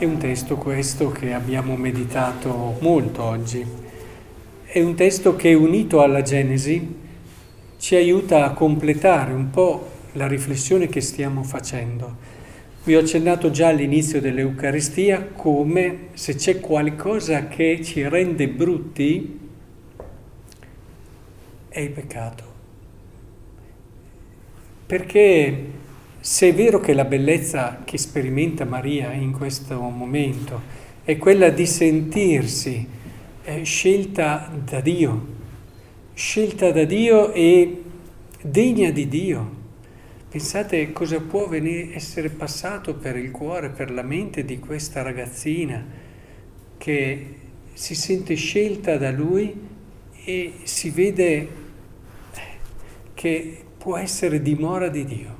È un testo questo che abbiamo meditato molto oggi. È un testo che, unito alla Genesi, ci aiuta a completare un po' la riflessione che stiamo facendo. Vi ho accennato già all'inizio dell'Eucaristia come se c'è qualcosa che ci rende brutti è il peccato. Perché se è vero che la bellezza che sperimenta Maria in questo momento è quella di sentirsi scelta da Dio e degna di Dio. Pensate cosa può essere passato per il cuore, per la mente di questa ragazzina che si sente scelta da Lui e si vede che può essere dimora di Dio.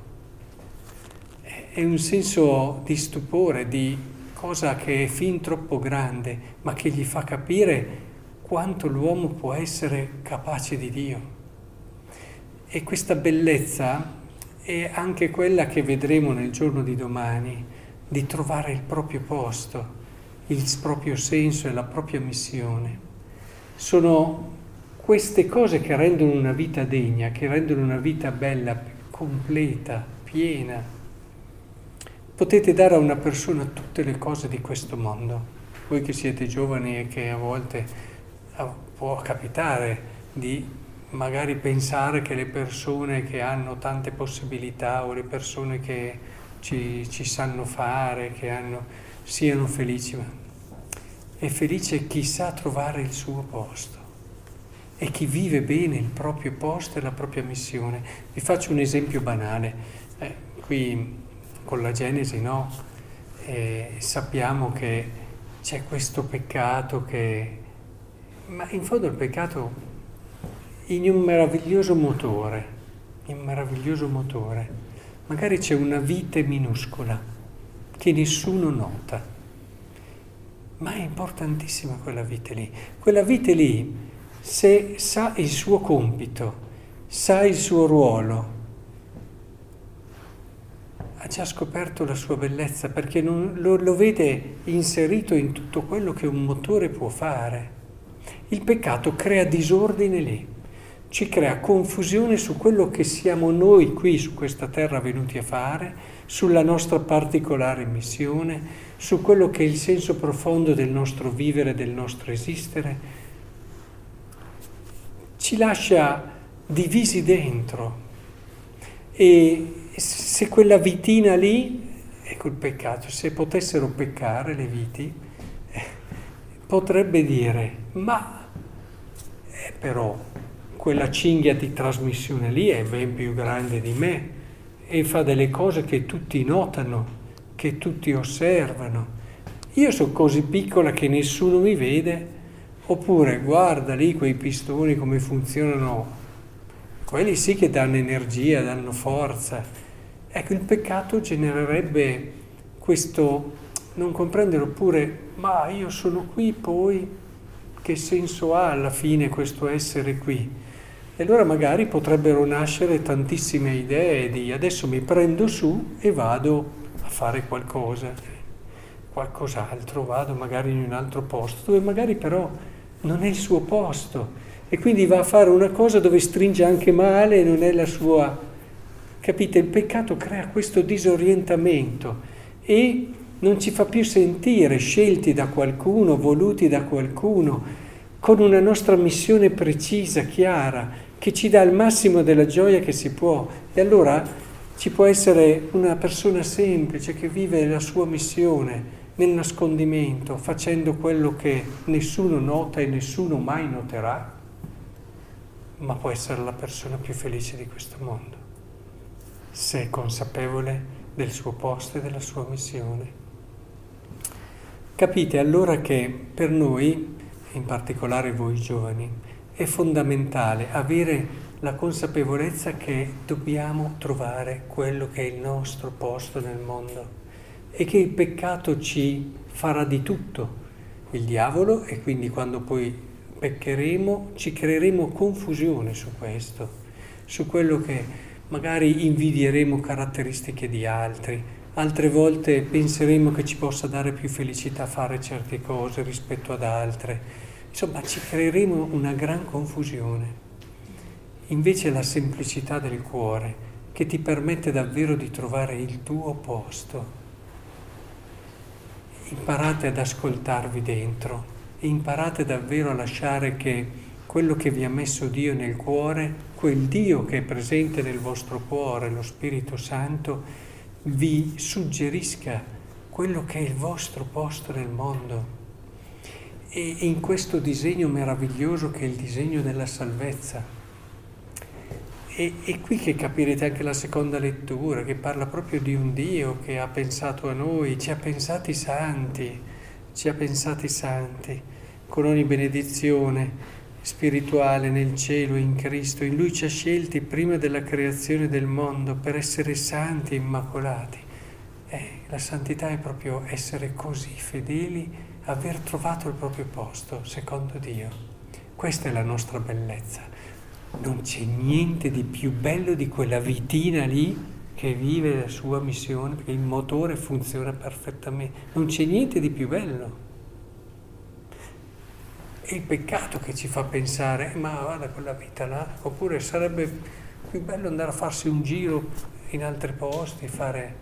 È un senso di stupore, di cosa che è fin troppo grande, ma che gli fa capire quanto l'uomo può essere capace di Dio. E questa bellezza è anche quella che vedremo nel giorno di domani, di trovare il proprio posto, il proprio senso e la propria missione. Sono queste cose che rendono una vita degna, che rendono una vita bella, completa, piena. Potete dare a una persona tutte le cose di questo mondo. Voi che siete giovani e che a volte può capitare di magari pensare che le persone che hanno tante possibilità o le persone che ci sanno fare, siano felici. Ma è felice chi sa trovare il suo posto e chi vive bene il proprio posto e la propria missione. Vi faccio un esempio banale. Qui con la Genesi, no? Sappiamo che c'è questo peccato ma in fondo il peccato in un meraviglioso motore, magari c'è una vite minuscola che nessuno nota, ma è importantissima quella vite lì. Quella vite lì, se sa il suo compito, sa il suo ruolo, ha già scoperto la sua bellezza perché lo vede inserito in tutto quello che un motore può fare. Il peccato crea disordine lì, ci crea confusione su quello che siamo noi qui su questa terra venuti a fare, sulla nostra particolare missione, su quello che è il senso profondo del nostro vivere, del nostro esistere. Ci lascia divisi dentro e se quella vitina lì, ecco il peccato, se potessero peccare le viti, potrebbe dire, ma però quella cinghia di trasmissione lì è ben più grande di me e fa delle cose che tutti notano, che tutti osservano. Io sono così piccola che nessuno mi vede, oppure guarda lì quei pistoni come funzionano, quelli sì che danno energia, danno forza. Ecco, il peccato genererebbe questo non comprendere, oppure, ma io sono qui poi, che senso ha alla fine questo essere qui? E allora magari potrebbero nascere tantissime idee di adesso mi prendo su e vado a fare qualcos'altro, vado magari in un altro posto, dove magari però non è il suo posto. E quindi va a fare una cosa dove stringe anche male e non è la sua. Capite? Il peccato crea questo disorientamento e non ci fa più sentire scelti da qualcuno, voluti da qualcuno, con una nostra missione precisa, chiara, che ci dà il massimo della gioia che si può. E allora ci può essere una persona semplice che vive la sua missione nel nascondimento, facendo quello che nessuno nota e nessuno mai noterà, ma può essere la persona più felice di questo mondo, se è consapevole del suo posto e della sua missione. Capite allora che per noi, in particolare voi giovani, è fondamentale avere la consapevolezza che dobbiamo trovare quello che è il nostro posto nel mondo e che il peccato ci farà di tutto, il diavolo, e quindi quando poi peccheremo ci creeremo confusione su questo, su quello che magari invidieremo caratteristiche di altri, altre volte penseremo che ci possa dare più felicità fare certe cose rispetto ad altre. Insomma, ci creeremo una gran confusione. Invece la semplicità del cuore, che ti permette davvero di trovare il tuo posto. Imparate ad ascoltarvi dentro e imparate davvero a lasciare che quello che vi ha messo Dio nel cuore, quel Dio che è presente nel vostro cuore, lo Spirito Santo, vi suggerisca quello che è il vostro posto nel mondo. E in questo disegno meraviglioso che è il disegno della salvezza. E qui che capirete anche la seconda lettura, che parla proprio di un Dio che ha pensato a noi, ci ha pensati santi, con ogni benedizione spirituale nel cielo e in Cristo. In Lui ci ha scelti prima della creazione del mondo per essere santi e immacolati. La santità è proprio essere così fedeli, aver trovato il proprio posto secondo Dio. Questa è la nostra bellezza. Non c'è niente di più bello di quella vitina lì che vive la sua missione, perché il motore funziona perfettamente. Non c'è niente di più bello. È il peccato che ci fa pensare, ma guarda quella vita là, oppure sarebbe più bello andare a farsi un giro in altri posti, fare...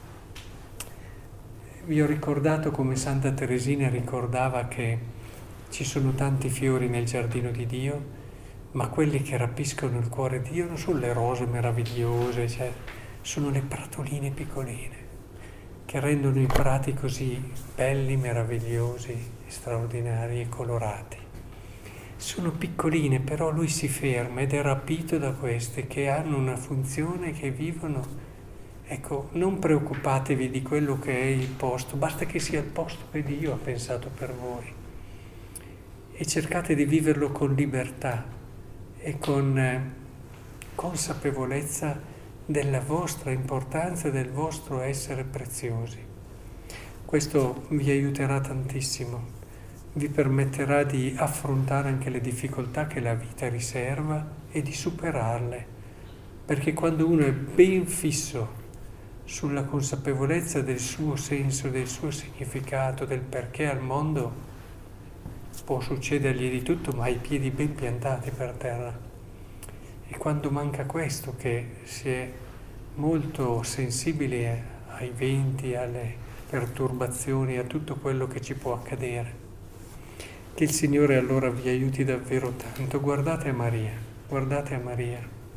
Vi ho ricordato come Santa Teresina ricordava che ci sono tanti fiori nel giardino di Dio, ma quelli che rapiscono il cuore di Dio non sono le rose meravigliose, cioè, sono le pratoline piccoline, che rendono i prati così belli, meravigliosi, straordinari e colorati. Sono piccoline, però lui si ferma ed è rapito da queste che hanno una funzione, che vivono. Ecco, non preoccupatevi di quello che è il posto, basta che sia il posto che Dio ha pensato per voi. E cercate di viverlo con libertà e con consapevolezza della vostra importanza e del vostro essere preziosi. Questo vi aiuterà tantissimo, vi permetterà di affrontare anche le difficoltà che la vita riserva e di superarle, perché quando uno è ben fisso sulla consapevolezza del suo senso, del suo significato, del perché al mondo, può succedergli di tutto, ma ha i piedi ben piantati per terra. E quando manca questo, che si è molto sensibili ai venti, alle perturbazioni, a tutto quello che ci può accadere. Che il Signore allora vi aiuti davvero tanto. Guardate a Maria,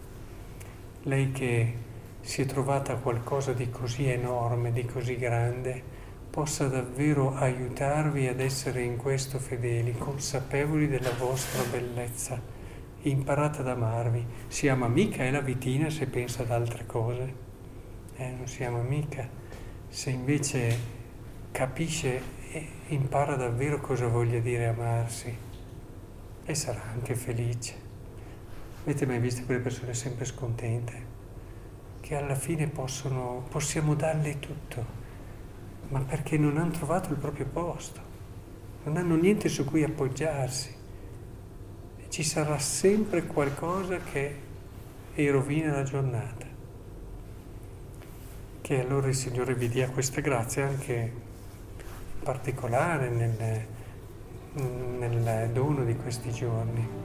lei che si è trovata qualcosa di così enorme, di così grande, possa davvero aiutarvi ad essere in questo fedeli, consapevoli della vostra bellezza. Imparate ad amarvi. Si ama mica la vitina se pensa ad altre cose. Non si ama mica. Se invece capisce e impara davvero cosa voglia dire amarsi, e sarà anche felice. Avete mai visto quelle persone sempre scontente? Che alla fine possiamo darle tutto, ma perché non hanno trovato il proprio posto, non hanno niente su cui appoggiarsi. E ci sarà sempre qualcosa che rovina la giornata. Che allora il Signore vi dia questa grazia anche in particolare nel dono di questi giorni.